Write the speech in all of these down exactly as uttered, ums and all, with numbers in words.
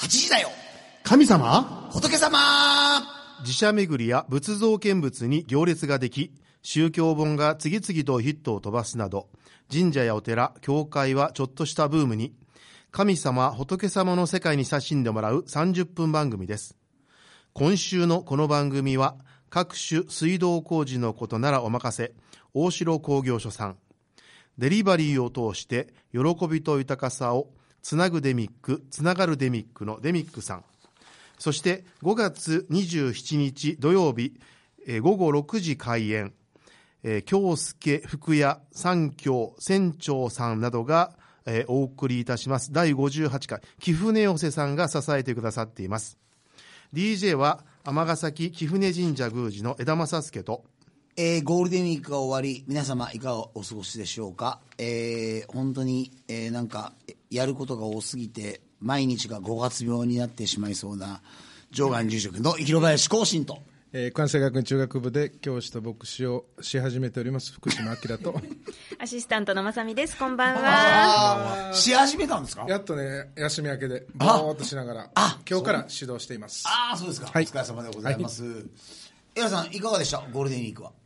はちじだよ。 神様、 仏様。 寺社巡りや仏像見物に行列ができ、宗教本が次々とヒットを飛ばすなど、神社やお寺、教会はちょっとしたブームに。神様、仏様の世界に親しんでもらうさんじゅっぷん番組です。今週のこの番組は、各種水道工事のことならお任せ、大城工業所さん。デリバリーを通して喜びと豊かさをつなぐデミック、つながるデミックのデミックさん。そしてごがつにじゅうしちにち土曜日、えー、ごごろくじ開演、えー、京介、福屋、三京、船長さんなどが、えー、お送りいたしますだいごじゅうはちかい、貴船寄せさんが支えてくださっています。 ディージェー は尼崎貴船神社宮司の枝正助と、 えー、ゴールデンウィークが終わり、皆様いかがお過ごしでしょうか。えー、本当に、えー、なんかやることが多すぎて毎日がごがつ病になってしまいそうな上岸住職の広林光信と、 えー、関西学院中学部で教師と牧師をし始めております福島明とアシスタントのまさみです。こんばんは。 し始めたんですか。 やっとね、休み明けでぼーっとしながら今日から指導しています。 ああ、そうですか、はい、お疲れ様でございます。はい、エラさんいかがでしたゴールデンウィークは。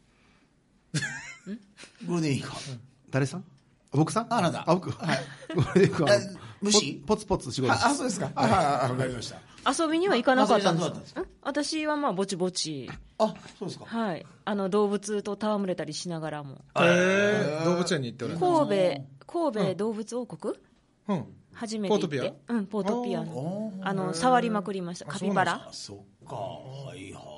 ゴールデンウィークは誰さん、僕さん、 あなた、 あ僕、はい、ゴールデンウィークは無視ポツポツ仕事です。 あ、そうですか。ああ、わかりました。 遊びには行かなかったんですか。 ですか。 私はまあぼちぼち。 あ、そうですか。 はい、あの動物と戯れたりしながらも。 えー、動物園に行っております。 神戸神戸動物王国、うん、初めて行って、 ポートピア、 うん、ポートピアのあの触りまくりました。カピバラ。 そっか、はいはい、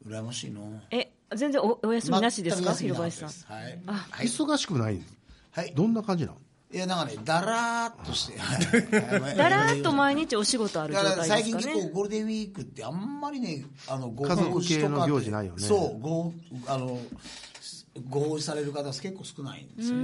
羨ましいの。 え、全然 お, お休みなしですか、広林さん。 はい、 あ、 はい、忙しくないんです。はい、どんな感じなの。 いや、なんかね、だらーっとしてだらーっと毎日お仕事ある状態ですかね。 最近結構ゴールデンウィークってあんまりね、あのご家族系の行事ないよね。 そう、ごあのご奉仕される方は結構少ないんですよね。うん、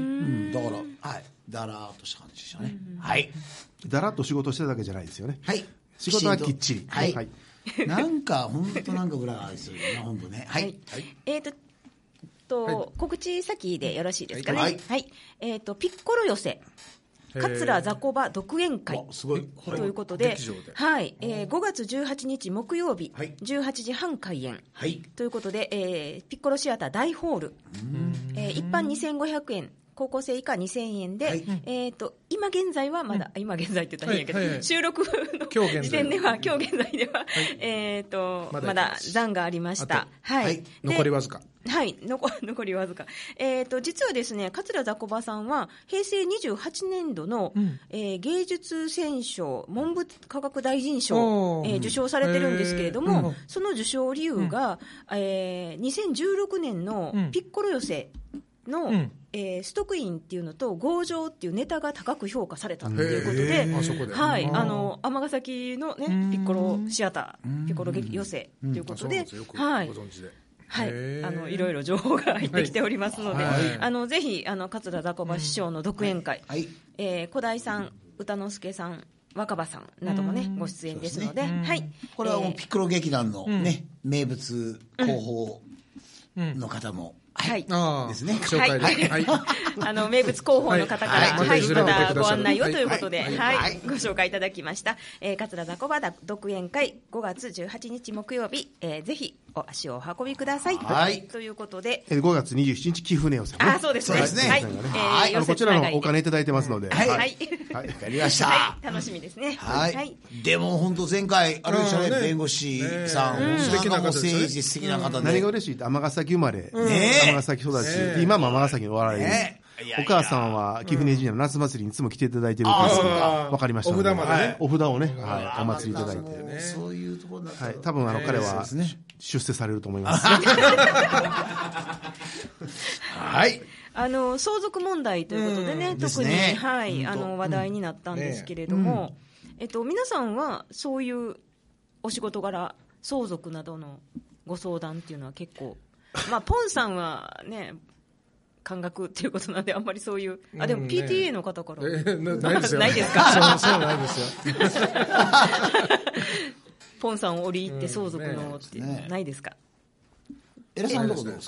だから、はい、だらーっとした感じでしたね。はい、 だらっと仕事してるだけじゃないですよね。 はい、 仕事はきっちり。 はい、はい、なんか本当なんか裏がありそうよね、本当ね。はい、はい、 えっ、ー、とと、はい、告知先でよろしいですかね。はい、はい、えーと、ピッコロ寄せ桂雑魚場独演会すごいということで、はい、えー、ごがつじゅうはちにち木曜日、はい、じゅうはちじはん開演、はい、ということで、えー、ピッコロシアター大ホール、えー、一般にせんごひゃくえん、高校生以下にせんえんで、はい、えー、と今現在はまだ、うん、今現在って言ったらいいんやけど、はいはいはい、収録の時点では今日現在では、はい、えー、とまだ、まだ残がありました。はい、はい、 残りわずか。 はい、残, 残りわずか、えー、と実はですね、桂雑魚場さんは平成にじゅうはちねんどの、うん、えー、芸術選奨文部科学大臣賞、えー、受賞されてるんですけれども、うん、その受賞理由が、うん、えー、にせんじゅうろくねんのピッコロ寄せの、うん、えー、ストックインっていうのと強情っていうネタが高く評価されたということで、はい、あの尼崎の、ね、ピッコロシアター、ピッコロ寄せということで、はい、はい、あのいろいろ情報が入ってきておりますので、はい、あのぜひあの桂雑魚場師匠の独演会、はい、えー、小田井さん、歌之助さん、若葉さんなどもねご出演ですので、はい、 これはもうピッコロ劇団の、ね、うん、名物広報の方も、はい、ですね。 紹介で、はい、 あの名物広報の方から、はい、はい、またご案内をということで、はい、はいはい、ご紹介いただきました。えー、桂雑魚場独演会ごがつじゅうはちにち木曜日、えー、ぜひお足をお運びください。はい。ということで、 ごがつにじゅうしちにち貴船寄せ、ね。 あ、そうですね。そうですね。はい。 はい、あのこちらのお金いただいてますので、 はい。はい。わかりました。 はい。楽しみですね。 はい。はい、でも本当前回あれでしたね、弁護士さん、素敵な方ですね。素敵な方で。 何が嬉しいって尼崎生まれ、尼崎育ち。今も尼崎のお笑い、ね、お母さんは貴船神社の夏祭りにいつも来ていただいてるっていうのが分かりましたので、 お札までね、 お札をね、はい、お祭りいただいて、 ね、そういうところだったら、 はい、多分あの彼は出世されると思います。 はい。 あの相続問題ということでね、特に、ね、はい、あの話題になったんですけれども、ね、えっと皆さんはそういうお仕事柄相続などのご相談っていうのは結構、まあポンさんはね。感覚っていうことなんであんまりそういう、あ、でも ピーティーエー の方から、うんね、えー、ないですよ。 ないですか。 そうそうないですよ。 ポンさん折り入って相続のっていう、ね、ないですか。 エラさんどこどうですか。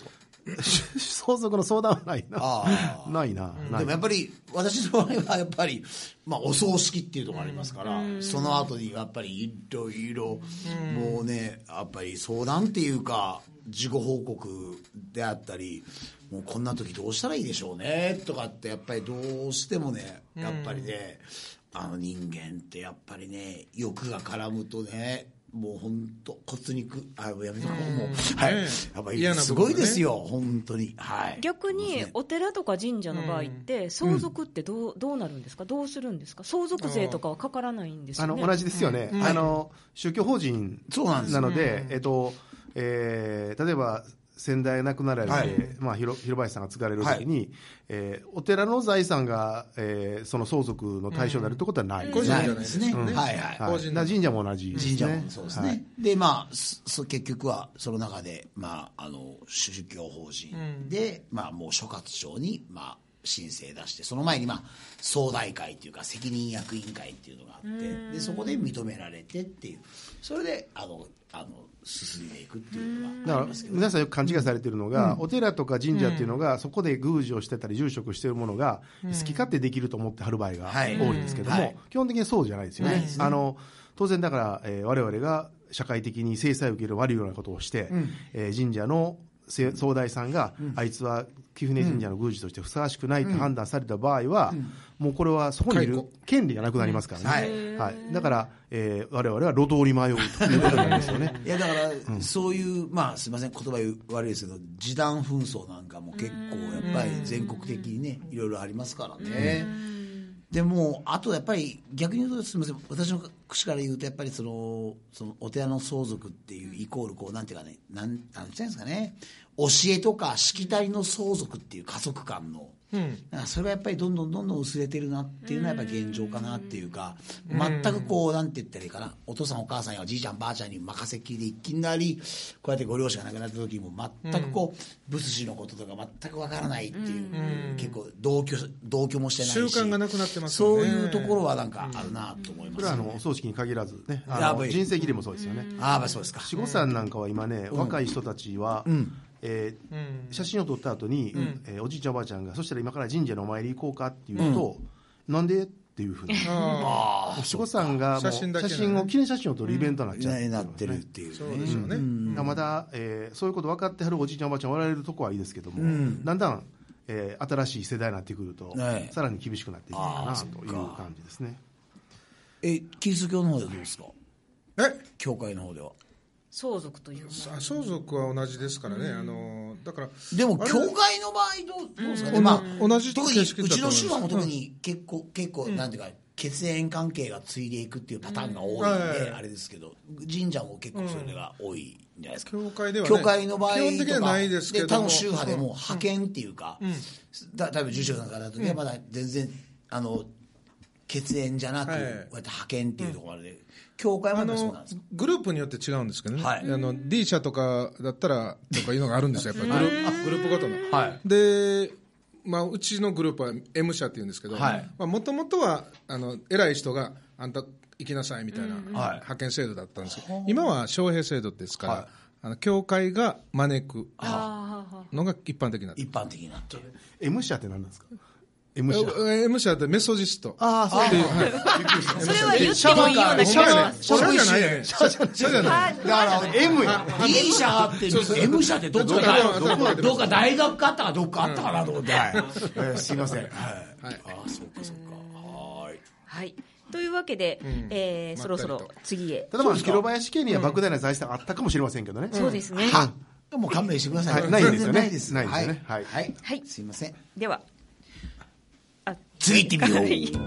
相続の相談はないな。 あーないな。ないでもやっぱり私の場合はやっぱり、まあ、お葬式っていうところがありますから、その後にやっぱりいろいろもうねやっぱり相談っていうか事後報告であったり、もうこんな時どうしたらいいでしょうねとかってやっぱりどうしてもねやっぱりね、あの人間ってやっぱりね欲が絡むとねもう本当骨肉あやめとこうもう、はい、やっぱりすごいですよ本当に、はい、 逆にお寺とか神社の場合って相続ってどう、どうなるんですか、どうするんですか、相続税とかはかからないんですよね。 あの同じですよね、あの宗教法人なので、えっとえー、例えば先代亡くなられて、はい、まあ、広林さんが継がれるときに、はい、えー、お寺の財産が、えー、その相続の対象になるということはないですね。 個人じゃないですね。 うん、はいはい。 個人神社も同じですね。 神社もそうですね。はい、で、まあ、そ結局はその中で、まあ、あの宗教法人で、うん、まあ、もう所轄庁に、まあ、申請出して、その前に、まあ、総代会というか責任役員会っていうのがあって、でそこで認められてっていう、それであのあの進んでいくっていうのがありますけど、 だから皆さんよく勘違いされているのが、うん、お寺とか神社っていうのが、うん、そこで宮司をしてたり住職しているものが、うん、好き勝手できると思ってはる場合が多いんですけども、はい、基本的にそうじゃないですよね。うん、あの当然だから、えー、我々が社会的に制裁を受ける悪いようなことをして、うん、えー、神社の総大さんが、うん、あいつは貴船神社の宮司としてふさわしくないと判断された場合は、うん、もうこれはそこにいる権利がなくなりますからね、うん、はいはい、だから、えー、我々は路頭に迷うということになりますよね。 いやだから、うん、そういう、まあ、すみません言葉悪いですけど示談紛争なんかも結構やっぱり全国的にねいろいろありますからね。でもあとやっぱり逆に言うとすみません私の口から言うとやっぱりそのそのお寺の相続っていうイコールこうなんていうかねなんなんていうんですかね、教えとかしきたりの相続っていう家族間の、うん、それがやっぱりどんどんどんどん薄れてるなっていうのはやっぱり現状かなっていうか、全くこうなんて言ったらいいかな、お父さんお母さんやおじいちゃんばあちゃんに任せっきりでいきなりこうやってご両親が亡くなった時にも全くこう仏師のこととか全くわからないっていう、うん、結構同居同居もしてないし習慣がなくなってますよね。 そういうところはなんかあるなと思います、ね、 これはあのお葬式に限らずね、あの人生切りもそうですよね。 ああそうですか。 七五三なんかは今ね、うん、若い人たちは、うん、えーうん、写真を撮った後に、うんえー、おじいちゃんおばあちゃんがそしたら今から神社のお参り行こうかっていうと、うん、なんでっていうふうに七五三がもう写真だけ、ね、写真を記念写真を撮るイベントになっちゃう、 うん、なってるっていう、ね、 そうですよね、 うん、まだ、えー、そういうこと分かってはるおじいちゃんおばあちゃんおられるとこはいいですけども、うん、だんだん、えー、新しい世代になってくると、はい、さらに厳しくなっていくかなという感じですね。 えキリスト教の方でどうですか。 え教会の方では相続という相続は同じですからね、うん、あのだからでも教会の場合どうですかね、うん、まあ、 同じ特にうちの宗派も特に結構、うん、結構なんていうか血縁関係が継いでいくっていうパターンが多いんで、うん、あれですけど神社も結構それが多いんじゃないですか、 うん、教会では、ね、 教会の場合とか基本的にはないですけどもで他の宗派でも派遣っていうか、うんうん、だ例えば住職さんからだとね、うん、まだ全然あの血縁じゃなく、はい、こうやって派遣っていうところまで、うん、教会はそうなんですか。 グループによって違うんですけどね、 はい、 あの D 社とかだったらとかいうのがあるんですよやっぱりグループ、グループごとの、 はい、 で、まあ、うちのグループは M 社っていうんですけどもともとはあの偉い人があんた行きなさいみたいな派遣制度だったんですけど、はい、今は招聘制度ですから、はい、あの教会が招くのが一般的な一般的になってる。 M 社って何なんですか。M 社 M 社ってメソジスト。 ああ、そうっていう、 はい、 それは言ってもいいような気がします。 シャじゃないね。シャじゃない。 だから M や。D 社って M 社ってどっちかどっか大学かあったかどっかあったかなと思って。すいません。はい。ああ、そうかそうか。はい。 はい。というわけで、えそろそろ次へ。 ただまあ広林家には莫大な財産あったかもしれませんけどね。 そうですね。 もう勘弁してください。 ないんですよね。 ないです。 ないですよね。 はいはい。すいません。 では。 次行ってみよう。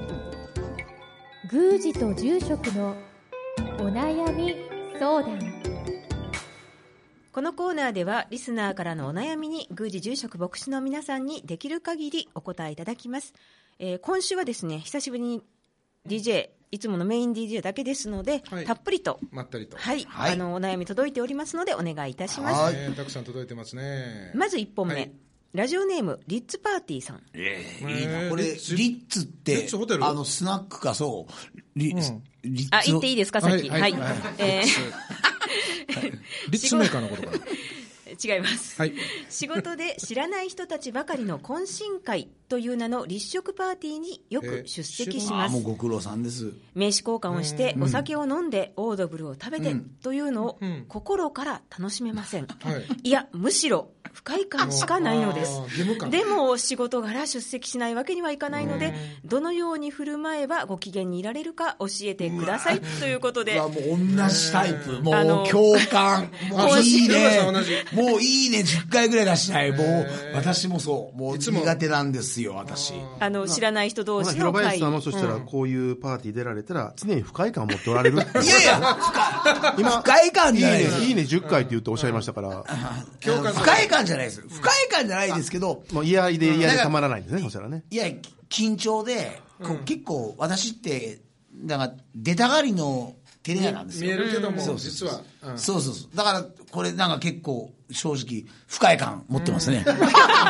宮司と住職のお悩み相談。 このコーナーではリスナーからのお悩みに宮司住職牧師の皆さんにできる限りお答えいただきます、えー、今週はですね久しぶりに ディージェー いつものメイン ディージェー だけですので、はい、たっぷりとまったりと、 はいはい、あのお悩み届いておりますのでお願いいたします。 たくさん届いてますね。 まずいっぽんめ、はい、ラジオネームリッツパーティーさん。 えー、いいなこれリッツってあのスナックかそうリ、うん、リッツあ言っていいですかさっきはい、はいはい、えー、 リッツメーカーのことかな。 違います、 はい、 仕事で知らない人たちばかりの懇親会という名の立食パーティーによく出席します。 もうご苦労さんです。 名刺交換をしてお酒を飲んでオードブルを食べてというのを心から楽しめません、はい、いやむしろ不快感しかないのです。でも仕事柄出席しないわけにはいかないので、どのように振る舞えばご機嫌にいられるか教えてくださいということで、 もう同じタイプ、もう共感、もういいね、もういいねじゅっかいぐらい出したい。もう私もそう、もう苦手なんですよ私。 あの知らない人同士の会、 広林さんもそしたらこういうパーティー出られたら常に不快感を持っておられる。いやいや今不快感じゃないです。 いいねじゅっかいって言っておっしゃいましたから、 不快感じゃないです。不快感じゃないですけど、 もう嫌で嫌でたまらないんですね、そしたらね。 いや緊張でこう結構私ってだから出たがりのテレアなんですよ。 見えるけども、 そう実は、 うん、そうそうそう。だからこれなんか結構正直不快感持ってますね。はい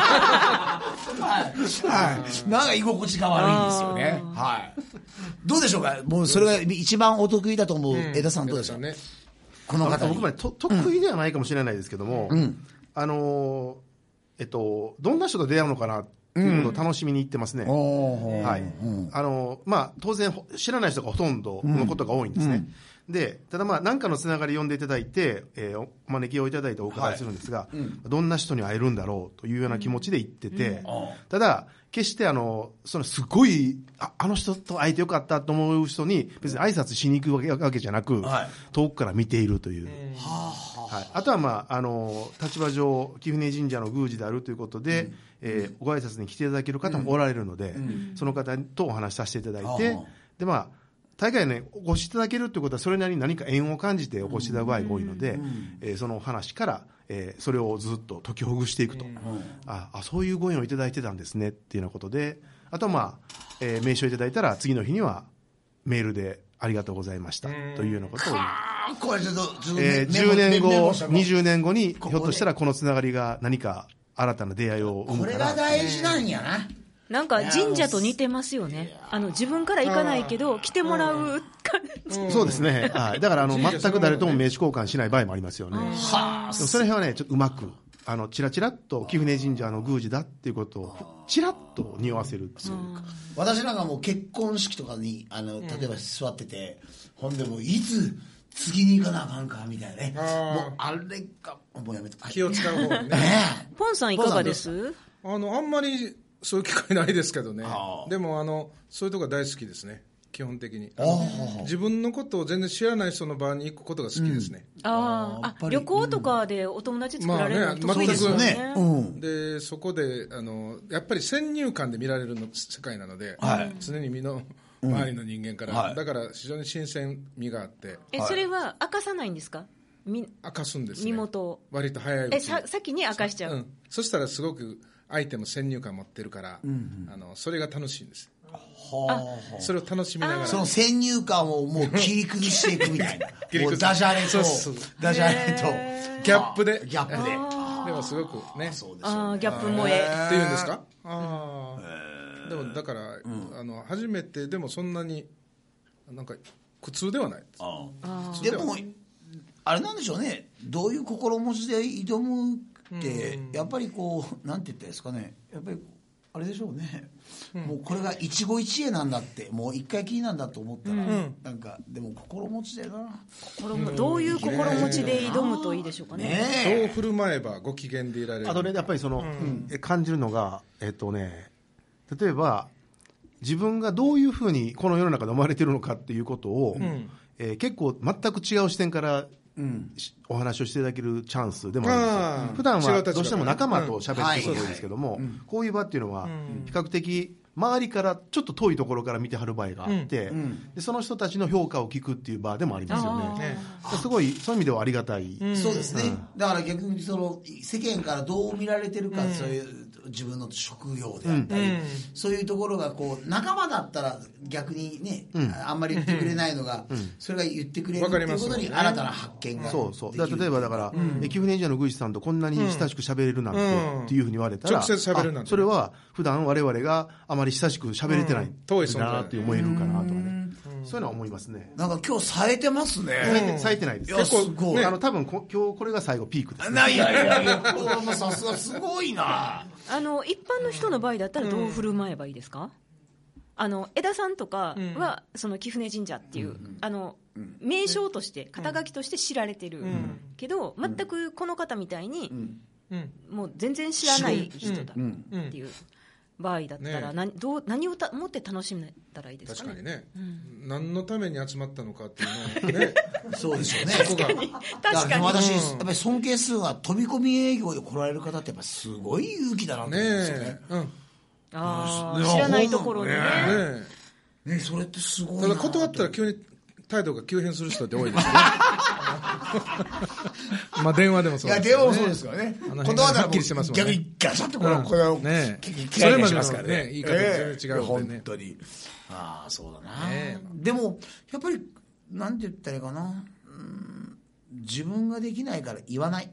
はい。なんか居心地が悪いんですよね。はい。どうでしょうか。もうそれが一番お得意だと思う江田さんどうでしょう、うんね、この方に。 僕もねと得意ではないかもしれないですけども、うん、あのえっとどんな人と出会うのかな。ということを楽しみに行ってますね。うんはいうん、あのまあ、当然知らない人がほとんどのことが多いんですね。うん、でただまあ何かのつながり呼んでいただいて、えー、お招きをいただいてお伺いするんですが、はいうん、どんな人に会えるんだろうというような気持ちで行ってて、うん、ただ決してあのそのすごい あ, あの人と会えてよかったと思う人に別に挨拶しに行くわけ, わけじゃなく、はい、遠くから見ているという、うんはい、あとは、まあ、あの立場上貴船神社の宮司であるということで、うんえー、ご挨拶に来ていただける方もおられるので、うん、その方とお話しさせていただいて、うん、でまあ大概ねお越しいただけるということはそれなりに何か縁を感じてお越しいただく場合が多いので、うんえー、その話から、えー、それをずっと解きほぐしていくと、うん、ああそういうご縁をいただいてたんですねっていうようなことで、あとは、まあえー、名刺をいただいたら次の日にはメールでありがとうございましたというようなことをこれちょっと、 えー、じゅうねんごにじゅうねんごにひょっとしたらこのつながりが何か新たな出会いを生むから。 これが大事なんやな。 なんか神社と似てますよね。あの自分から行かないけど来てもらう感じ、 うん、そうですね、はい、だからあの全く誰とも名刺交換しない場合もありますよね。はあ、でもその辺はねちょっとうまくあのチラチラっと貴船神社の宮司だっていうことをチラッと匂わせるっていうか。 私なんかもう結婚式とかにあの例えば座ってて、うん、ほんでもういつ次に行かなあかんかみたいなね。あもうあれがもうやめて気を使う方がね。 ポンさんいかがです？ あのあんまりそういう機会ないですけどね。でもあのそういうとこ大好きですね。基本的に自分のことを全然知らない人の場に行くことが好きですね。 うん、ああ旅行とかでお友達作られるの得意ですよね。 まあね、全くでそこであのやっぱり先入観で見られるの世界なので、はい、常に身の周りの人間から、うんはい、だから非常に新鮮味があって。 えそれは明かさないんですか？ 明かすんですね。 身元を割と早いうちえさ先に明かしちゃう、 うん、そしたらすごく相手も先入観持ってるから、うんうん、あのそれが楽しいんです。はあ、それを楽しみながらその先入観をもう切り崩していくみたいなもうダジャレとダジャレとギャップでギャップででもすごくねそうですよね、あギャップ萌えっていうんですか。あでもだから、うん、あの初めてでもそんなになんか苦痛ではないです。ああでもあれなんでしょうね、どういう心持ちで挑むってやっぱりこうなんて言ったんですかね、やっぱりあれでしょうね、うん、もうこれが一期一会なんだってもう一回きりなんだと思ったら、うん、なんかでも心持ちでな心もどういう心持ちで挑むといいでしょうかね。 ねどう振る舞えばご機嫌でいられる。 あとねやっぱりその、うん、感じるのがえっとね例えば自分がどういうふうにこの世の中で生まれてるのかっていうことを、うんえー、結構全く違う視点からうん、お話をしていただけるチャンスでもあるんですよ。普段はどうしても仲間と喋っていくことが多いですけども、こういう場っていうのは比較的周りからちょっと遠いところから見てはる場合があって、うん、でその人たちの評価を聞くっていう場でもありますよね。すごいそういう意味ではありがたい、 うん、そうですね、うん、だから逆にその世間からどう見られてるか、うん、そういう自分の職業であったり、うん、そういうところがこう仲間だったら逆にね、うん、あんまり言ってくれないのが、うん、それが言ってくれるっていうことに新たな発見ができる、 そうそうだから例えばだから、うん、貴船神社の宮司さんとこんなに親しく喋れるなんて、うん、っていうふうに言われたら、 直接喋るなんてそれは普段我々があまり親しく喋れてない、うん、遠い存在なって思えるかなとかね、うんそういうのは思いますね。 なんか今日冴えてますね。 冴えてないです。 いや、すごい。 ね、あの、多分こ、今日これが最後ピークです、ね。 いやいやいや、さすがすごいな。 あの、一般の人の場合だったらどう振る舞えばいいですか？あの、江田さんとかは、その貴船神社っていう、あの、名称として、肩書きとして知られてるけど、全くこの方みたいに、もう全然知らない人だっていう場合だったら、何どう何をた持って楽しめたらいいですかね。 確かにね、うん、何のために集まったのかっていうのをねそうでしょうね。 そこが確かに私、うん、やっぱり尊敬するのは飛び込み営業で来られる方ってやっぱすごい勇気だなと思うんですよね。 ねえ、うん、 あ知らないところにね。ねえねえ、それってすごいな。 ただ断ったら急に態度が急変する人って多いですね。まあ電話でもそうです、ね。 いや電話もそうですからね。 断ったらはっきりしてますもんね。 逆にガシャッとこの、うん、これをねそれまでのね言い方全然違うのでね。本当に。ああそうだな、ね。でもやっぱりなんて言ったらいいかな。うん、自分ができないから言わない。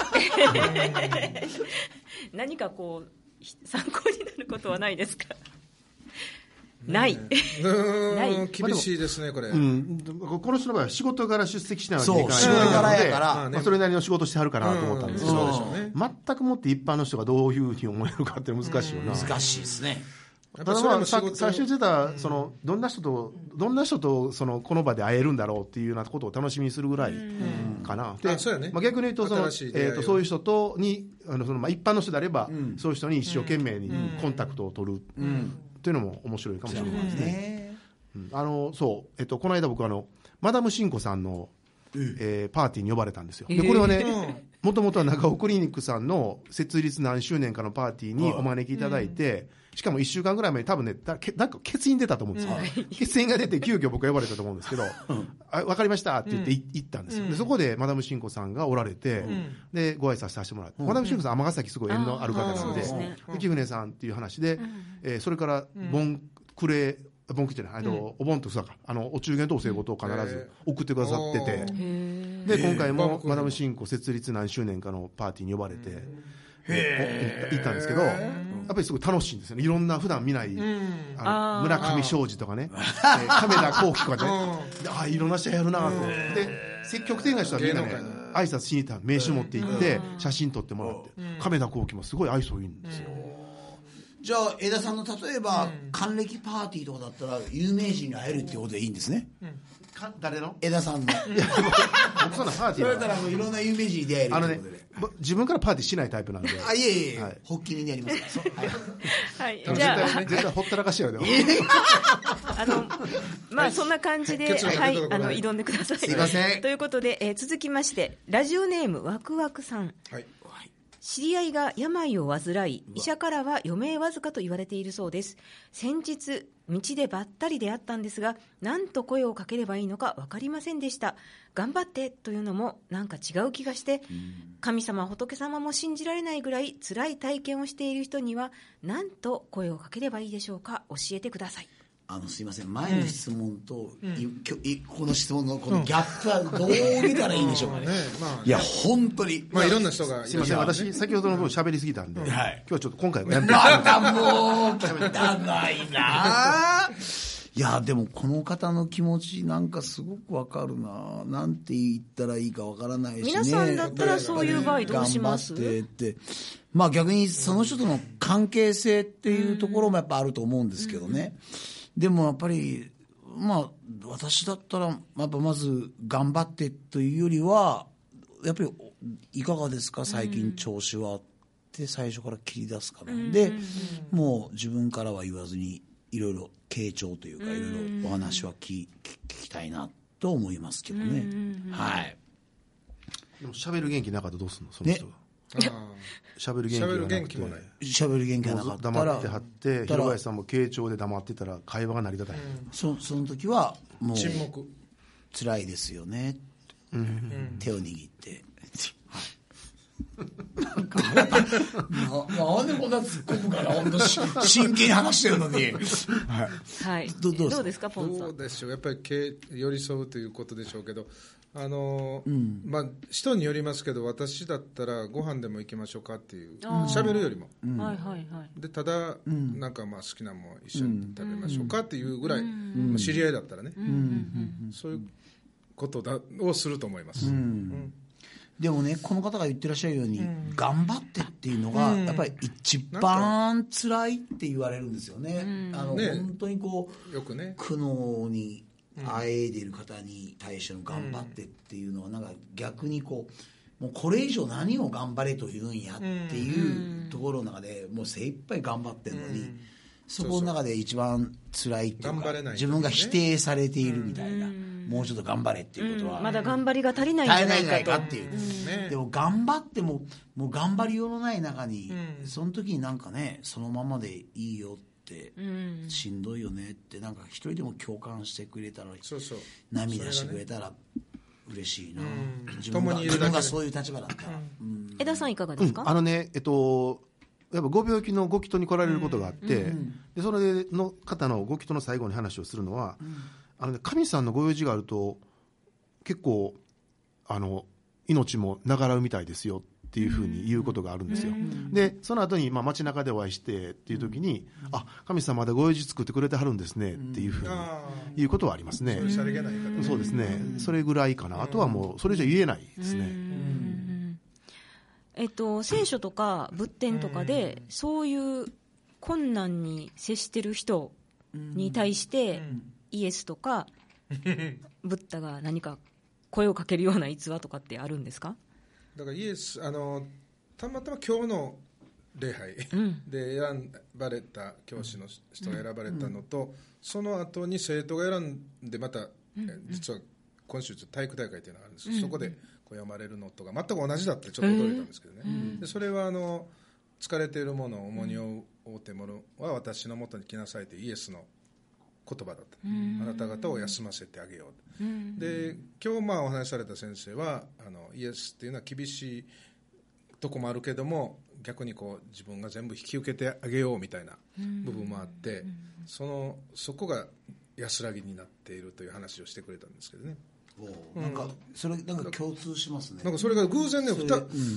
何かこう参考になることはないですか？ない。 ない。厳しいですね、これ。うん。 この人の場合は仕事から出席しないわけいかない。 仕事からやから、 まあ、それなりの仕事してはるかなと思ったんですけど、全くもって一般の人がどういうふうに思えるかって難しいよな。 難しいですね。 ただまあ、最初言ってた、その、どんな人と、どんな人と、その、この場で会えるんだろうっていうようなことを楽しみにするぐらいかな。 で、そうやね。 まあ逆に言うと、その、えっと、そういう人とに、あの、その、まあ一般の人であれば、そういう人に一生懸命にコンタクトを取る。というのも面白いかもしれないですね。うん、あのそう、えっと、この間僕あのマダムシンコさんの、えー、パーティーに呼ばれたんですよ。でこれはね、もともとは中尾クリニックさんの設立何周年かのパーティーにお招きいただいて、しかもいっしゅうかんぐらい前に多分ね、だなんか欠員出たと思うんですよ。欠員が出て急遽僕呼ばれたと思うんですけど、あ分かりましたって言って行ったんですよ。でそこでマダムシンコさんがおられて、でご挨拶させてもらって、マダムシンコさん尼崎すごい縁のある方なので、貴船さんっていう話で、えー、それからボンクレボンクじゃない、あの、お盆とさか、あのお中元とお歳暮と必ず送ってくださってて、で今回もマダムシンコ設立何周年かのパーティーに呼ばれて行ったんですけど、やっぱりすごい楽しいんですよね。いろんな普段見ない、あの村上昌司とかね、亀田光輝とかね、あいろんな人やるなと。で積極的な人はみんなね挨拶しに行ったら名刺持って行って写真撮ってもらって、亀田光輝もすごい愛想いいんですよ。 じゃあ江田さんの例えば、うん、還暦パーティーとかだったら有名人に会えるってことでいいんですね、うん、 か誰の江田さんの僕そんなパーティーそれだったらもういろんな有名人に出会えるってことで、ね、 あのね、自分からパーティーしないタイプなんであいえいえ、はい、発起人でやりますから、 はい、じゃあ絶対ほったらかしやであのまあそんな感じで、はい、あの挑んでください。 すいません。 ということで、えー、続きましてラジオネームワクワクさん、はい、知り合いが病を患い、医者からは余命わずかと言われているそうです。先日道でばったり出会ったんですが、何と声をかければいいのか分かりませんでした。頑張ってというのもなんか違う気がして、神様仏様も信じられないぐらい辛い体験をしている人には何と声をかければいいでしょうか。教えてください。 あのすいません、前の質問と、うん、いいこの質問のこのギャップはどう見たらいいんでしょうかね。うんねまあ、いや本当に、 まあ、いろんな人がすいません、私先ほどの分喋りすぎたんで、はい、今日はちょっと今回はやめてまたもう汚いないやでもこの方の気持ちなんかすごくわかるな。なんて言ったらいいかわからないしね。 皆さんだったらそういう場合どうします？ 頑張ってって、まあ逆にその人との関係性っていうところもやっぱあると思うんですけどね、うん、でもやっぱりまあ私だったらやっぱまず頑張ってというよりはやっぱりいかがですか最近調子はって最初から切り出すからで、うん、もう自分からは言わずにいろいろ傾聴というかいろいろお話は聞きたいなと思いますけどね。はい。 でも喋る元気なかったらどうするのその人が。喋る元気がなくて喋る元気がなかったら黙ってはって広林さんも傾聴で黙ってたら会話が成り立たない、うん、 そ, その時はもう沈黙辛いですよね、うん、手を握ってなんかななんでこんな突っ込むかな本当真剣に話してるのに、はいはい、 ど, ど, うどうですかポンさん。 どうでしょう、やっぱり寄り添うということでしょうけど、あの、うんまあ、人によりますけど、私だったらご飯でも行きましょうかっていう喋るよりも、うんはいはいはい、でただ、うん、なんかまあ好きなもの一緒に食べましょうかっていうぐらい、うんまあ、知り合いだったらね、うんうん、そういうことだをすると思います、うんうんでもね、この方が言ってらっしゃるように、うん、頑張ってっていうのがやっぱり一番辛いって言われるんですよね、うん、あのね本当にこうよく、ね、苦悩にあえいでいる方に対しての頑張ってっていうのはなんか逆にこうもうこれ以上何を頑張れというんやっていうところの中でもう精一杯頑張ってるのに、うん、そこの中で一番辛いっていうか、自分が否定されているみたいな、うん、もうちょっと頑張れっていうことは、 うん、まだ頑張りが足りないんじゃないかと、足りないんじゃないかっていう、 うん、でも頑張ってももう頑張りようのない中に、うん、その時になんかねそのままでいいよってしんどいよねってなんか一人でも共感してくれたら、そうそう涙してくれたら嬉しいな、うん、自分が、自分がそういう立場だったら、 うんうん、江田さんいかがですか。 うん、あのねえっとやっぱご病気のご祈祷に来られることがあって、うん、でそれの方のご祈祷の最後に話をするのは、うん、あのね、神さんのご用事があると結構あの命も長らうみたいですよっていうふうに言うことがあるんですよ、うん、でその後にまあ街中でお会いしてっていう時に、うん、あ神様まだご用事作ってくれてはるんですねっていうふうに言うことはありますね、うん、 そういうさりげない方、 そうですね、うん、それぐらいかな、あとはもうそれ以上言えないですね、うん、 えっと、聖書とか仏典とかで、うん、そういう困難に接してる人に対して、うん、イエスとかブッダが何か声をかけるような逸話とかってあるんですか。 だからイエスあのたまたま今日の礼拝、うん、で選ばれた教師の人が選ばれたのと、うん、その後に生徒が選んでまた、うん、実は今週体育大会というのがあるんです、うん、そこでこう読まれるのとが全く同じだってちょっと驚いたんですけどね、うん、でそれはあの疲れている者重荷を負うてものは私のもとに来なさいというイエスの言葉だった、うん、あなた方を休ませてあげよう、うん、で今日まあお話しされた先生はあのイエスっていうのは厳しいとこもあるけども逆にこう自分が全部引き受けてあげようみたいな部分もあって、うん、そのそこが安らぎになっているという話をしてくれたんですけどね。 おなんかそれなんか共通しますね。 なんかそれが偶然ね、うん、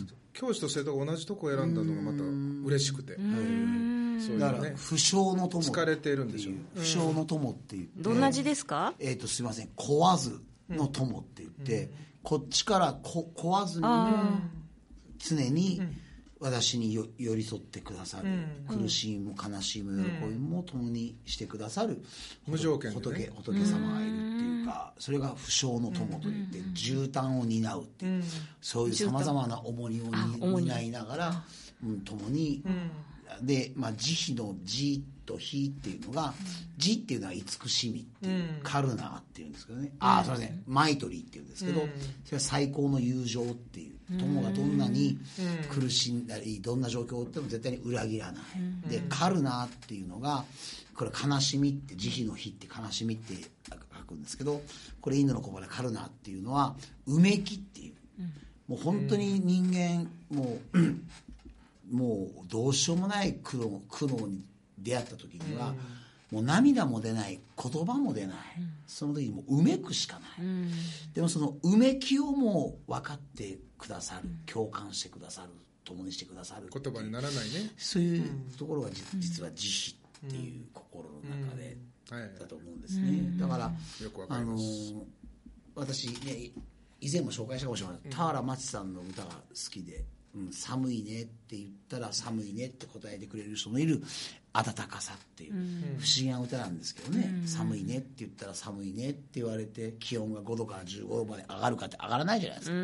教師と生徒が同じとこを選んだのがまた嬉しくて、そういうね、 だから不祥の友疲れているんでしょう。 不祥の友って言って、 どんな字ですか。 えーとすいません、壊わずの友って言って、うん、こっちからこ壊ずに常に私によ寄り添ってくださる、うん、苦しみも悲しみも喜びも共にしてくださる、 うん、無条件で、 ね、仏, 仏様がいるっていうか、それが不祥の友といって、うん、絨毯を担うっていう、うん、そういうさまざまな重荷を担いながら、うん、共に、うん、で、まあ、慈悲の慈と悲っていうのが、うん、慈っていうのは慈しみっていう、うん、カルナーっていうんですけどね、うん、ああすいませんマイトリーっていうんですけど、うん、それは最高の友情っていう、友がどんなに苦しんだりどんな状況を負っても絶対に裏切らない、うん、でカルナーっていうのがこれ悲しみって慈悲の悲って悲しみって書くんですけど、これインドの言葉でカルナーっていうのはうめきっていう、うん、もう本当に人間もう、うん、もうどうしようもない苦悩、苦悩に出会った時には、うん、もう涙も出ない言葉も出ない、うん、その時にもううめくしかない、うん、でもそのうめきをもう分かってくださる、うん、共感してくださる、共にしてくださる言葉にならないね、 そういうところが、うん、実は慈悲っていう心の中で、うん、だと思うんですね、うん、だから、 よくわかります。あの私ね以前も紹介したかもしれない、うん、田原町さんの歌が好きで、うん、寒いねって言ったら寒いねって答えてくれる人のいる温かさっていう、うん、不思議な歌なんですけどね、うん、寒いねって言ったら寒いねって言われて気温がごどからじゅうごどまで上がるかって上がらないじゃないですか、うん、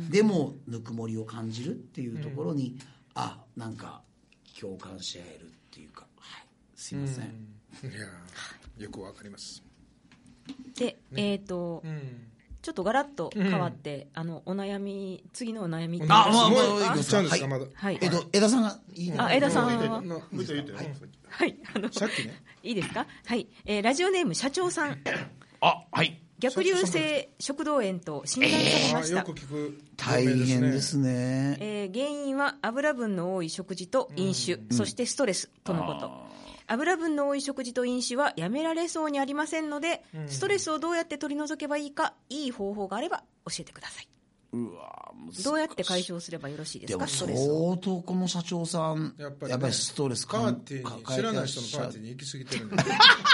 でもぬくもりを感じるっていうところに、うん、あなんか共感し合えるっていうか、はい、すいません、 うん、いやよくわかります。 で、ね、えっ、ー、と、うんちょっとガラッと変わって、うん、あのお悩み次のお悩みってあ、まあ、もういっちゃうんですか、まだ。 はい。 えっと江田さんがいいね。 あ、江田さんは。 むちゃ言って。 はい。あのさっきね。 いいですか。はい。えー、ラジオネーム社長さん。 あ、はい。 逆流性食道炎と診断されました、 えー、よく聞く、 大変ですね、 えー、原因は油分の多い食事と飲酒、うん、そしてストレスとのこと、うん、油分の多い食事と飲酒はやめられそうにありませんので、うん、ストレスをどうやって取り除けばいいか、いい方法があれば教えてください。 うわ、 どうやって解消すればよろしいですか。 でも相当この社長さんやっぱり、ね、やっぱりストレスパーティーに知らない人のパーティーに行き過ぎてるんでね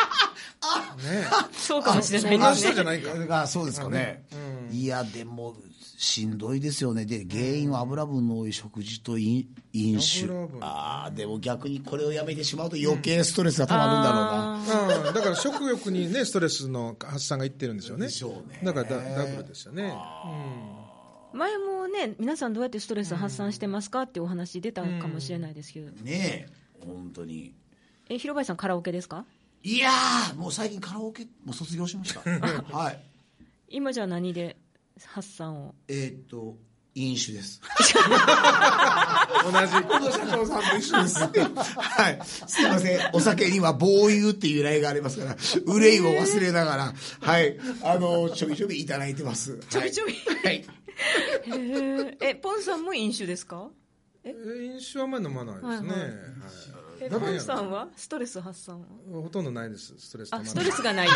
そうかもしれないですね。 じゃないか。 あ、そうですかね、うん、いやでもしんどいですよね。で原因は油分の多い食事と飲酒、あでも逆にこれをやめてしまうと余計ストレスがたまるんだろうな、 うん、だから食欲にねストレスの発散がいってるんでしょうね。 でしょうね。 だから ダ, ダブルですよね、 うん、前もね皆さんどうやってストレス発散してますかっていうお話出たかもしれないですけど、 うん、ねえ本当に。 え広林さんカラオケですか。 いやーもう最近カラオケも卒業しましたはい。 今じゃあ何で発散を。 えー、っと飲酒です同じこの社長さんと一緒ですはいすいません。お酒には棒湯っていう由来がありますから憂いを忘れながらはいあのちょびちょびいただいてます。 ちょびちょびはい、 はい、えポンさんも飲酒ですか。 え飲酒はあんまり飲まないですね、はいはいはい、 えポンさんはストレス発散はほとんどないです。ストレスあストレスがない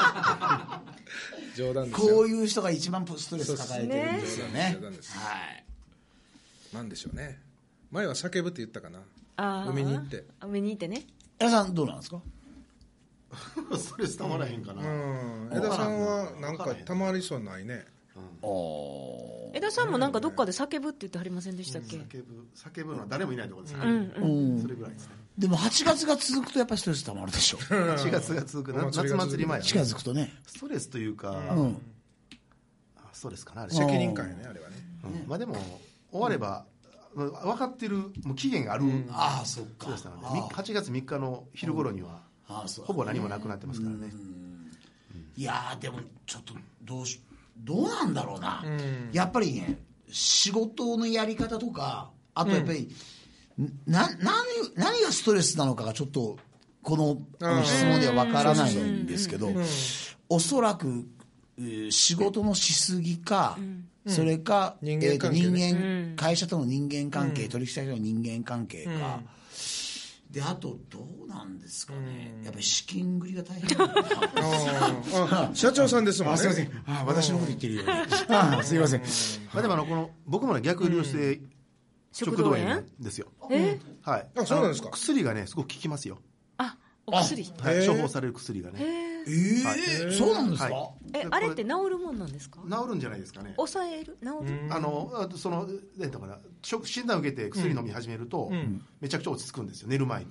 冗談ですよ。 こういう人が一番ストレス抱えてるんですよね。 冗談です。 はい。 なんでしょうね。前は叫ぶって言ったかな。あ海に行って海に行ってね。 江田さんどうなんですか。 ストレスたまらへんかな、 うんうん、江田さんはなんかたまりそうないね、 うん、江田さんもなんかどっかで叫ぶって言ってはりませんでしたっけ、うん、 叫ぶ叫ぶのは誰もいないところですから、ね、うんうん、 それぐらいですね。 でもはちがつが続くとやっぱりストレスたまるでしょはちがつが続く夏祭り前近づくとねストレスというか、 うん、 ストレスかなあれ責任感やねあれはね、 うん、まあでも終われば、うん、分かってるもう期限がある、うん、 ああそっか。 そうですのではちがつみっかの昼頃には、うんああそうほぼ何もなくなってますからね、うんうん、 いやでもちょっとどうしどうなんだろうな、うん、やっぱりね仕事のやり方とかあとやっぱり、うん、な 何, 何がストレスなのかがちょっとこの質問ではわからないんですけど、おそらく仕事のしすぎか、うんそれか、 人間関係、ねえー、人間会社との人間関係、うん、取引先との人間関係か、うんであとどうなんですかね、やっぱり資金繰りが大変なんだああ社長さんですもんね。 あすいませんあ私のこと言ってるようにあすいません、 まあ、でもあのこの僕も、ね、逆流性食道炎なんですよ、 えはい、 あそうなんですか。 薬がねすごく効きますよ。 あお薬、 はい、処方される薬がね。 えーはい、そうなんですか、はい、 えあれって治るもんなんですか。 治るんじゃないですかね。 抑える治るあのそのなんとかな診断を受けて薬飲み始めると、うん、めちゃくちゃ落ち着くんですよ寝る前に。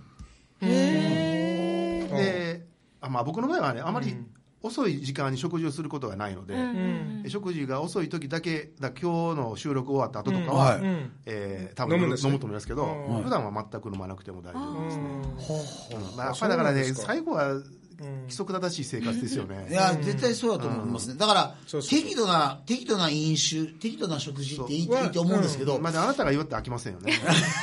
へであ、まあ、僕の場合はねあまり遅い時間に食事をすることがないので、うん、食事が遅い時だけだ今日の収録終わった後とかは、うんえー、多分飲むと思いますけど、うん、普段は全く飲まなくても大丈夫ですね。うんまあ、やっぱりだからね最後は規則正しい生活ですよね。 いや絶対そうだと思いますね。だから適度な適度な飲酒適度な食事っていいと思うんですけど、 まあ、あなたが言わって飽きませんよね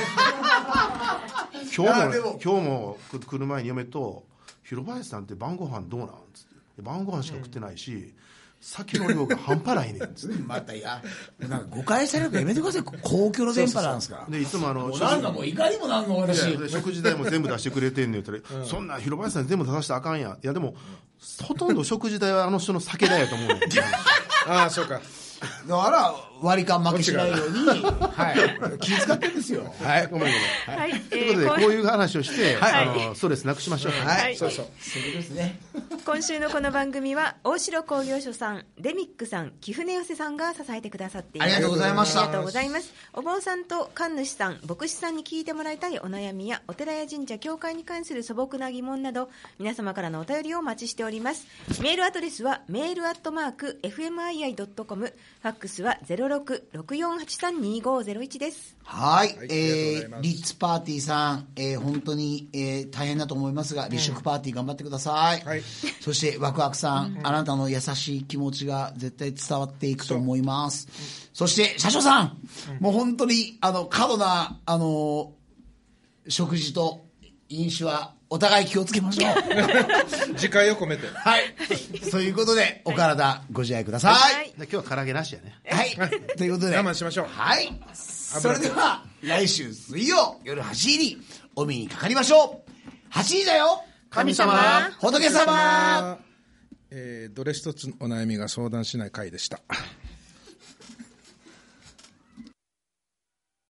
今日も今日も来る前に嫁と広林さんって晩ご飯どうなんつって晩ご飯しか食ってないし、うん、酒の量が半端ないねんつってまたいやなんか誤解されるからやめてください公共の電波なんですから。 でいつもあのなんかもう怒りもなんの私食事代も全部出してくれてんねん言ったら、うん、そんな広林さん全部出させたらあかんやいやでも、うん、ほとんど食事代はあの人の酒代やと思うねんああそうかだから割り勘負けしないように、はい、気遣ってるんですよ。はい、ごめんごめん。 はい、 ということでこういう話をして、はい、あのストレスなくしましょう。 はい、はい、そうそう。そういうことですね。 今週のこの番組は大城工業所さん、デミックさん、貴船寄さんが支えてくださっています。 ありがとうございました。 ありがとうございます。お坊さんと神主さん、牧師さんに聞いてもらいたいお悩みやお寺や神社、教会に関する素朴な疑問など皆様からのお便りをお待ちしております。メールアドレスはメールアットマーク エフエムアイアイドットコム、ファックスはゼロろく ろくよんはちさん にごゼロいちです。 はい、はい、えー、リッツパーティーさん、えー、本当に、えー、大変だと思いますが、立食パーティー頑張ってください、うんはい、そしてワクワクさん、うん、あなたの優しい気持ちが絶対伝わっていくと思います。 そ, そして社長さん、うん、もう本当にあの過度なあの食事と飲酒はお互い気をつけましょう。 自戒を込めて。 はい。そういうことで、お体ご自愛ください。 はい、今日は唐揚げなしやね。 はい。ということで。 我慢しましょう。 はい。それでは、来週水曜夜はちじにお目にかかりましょう。はちじだよ。 神様。 仏様。 えー、どれ一つお悩みが相談しない回でした。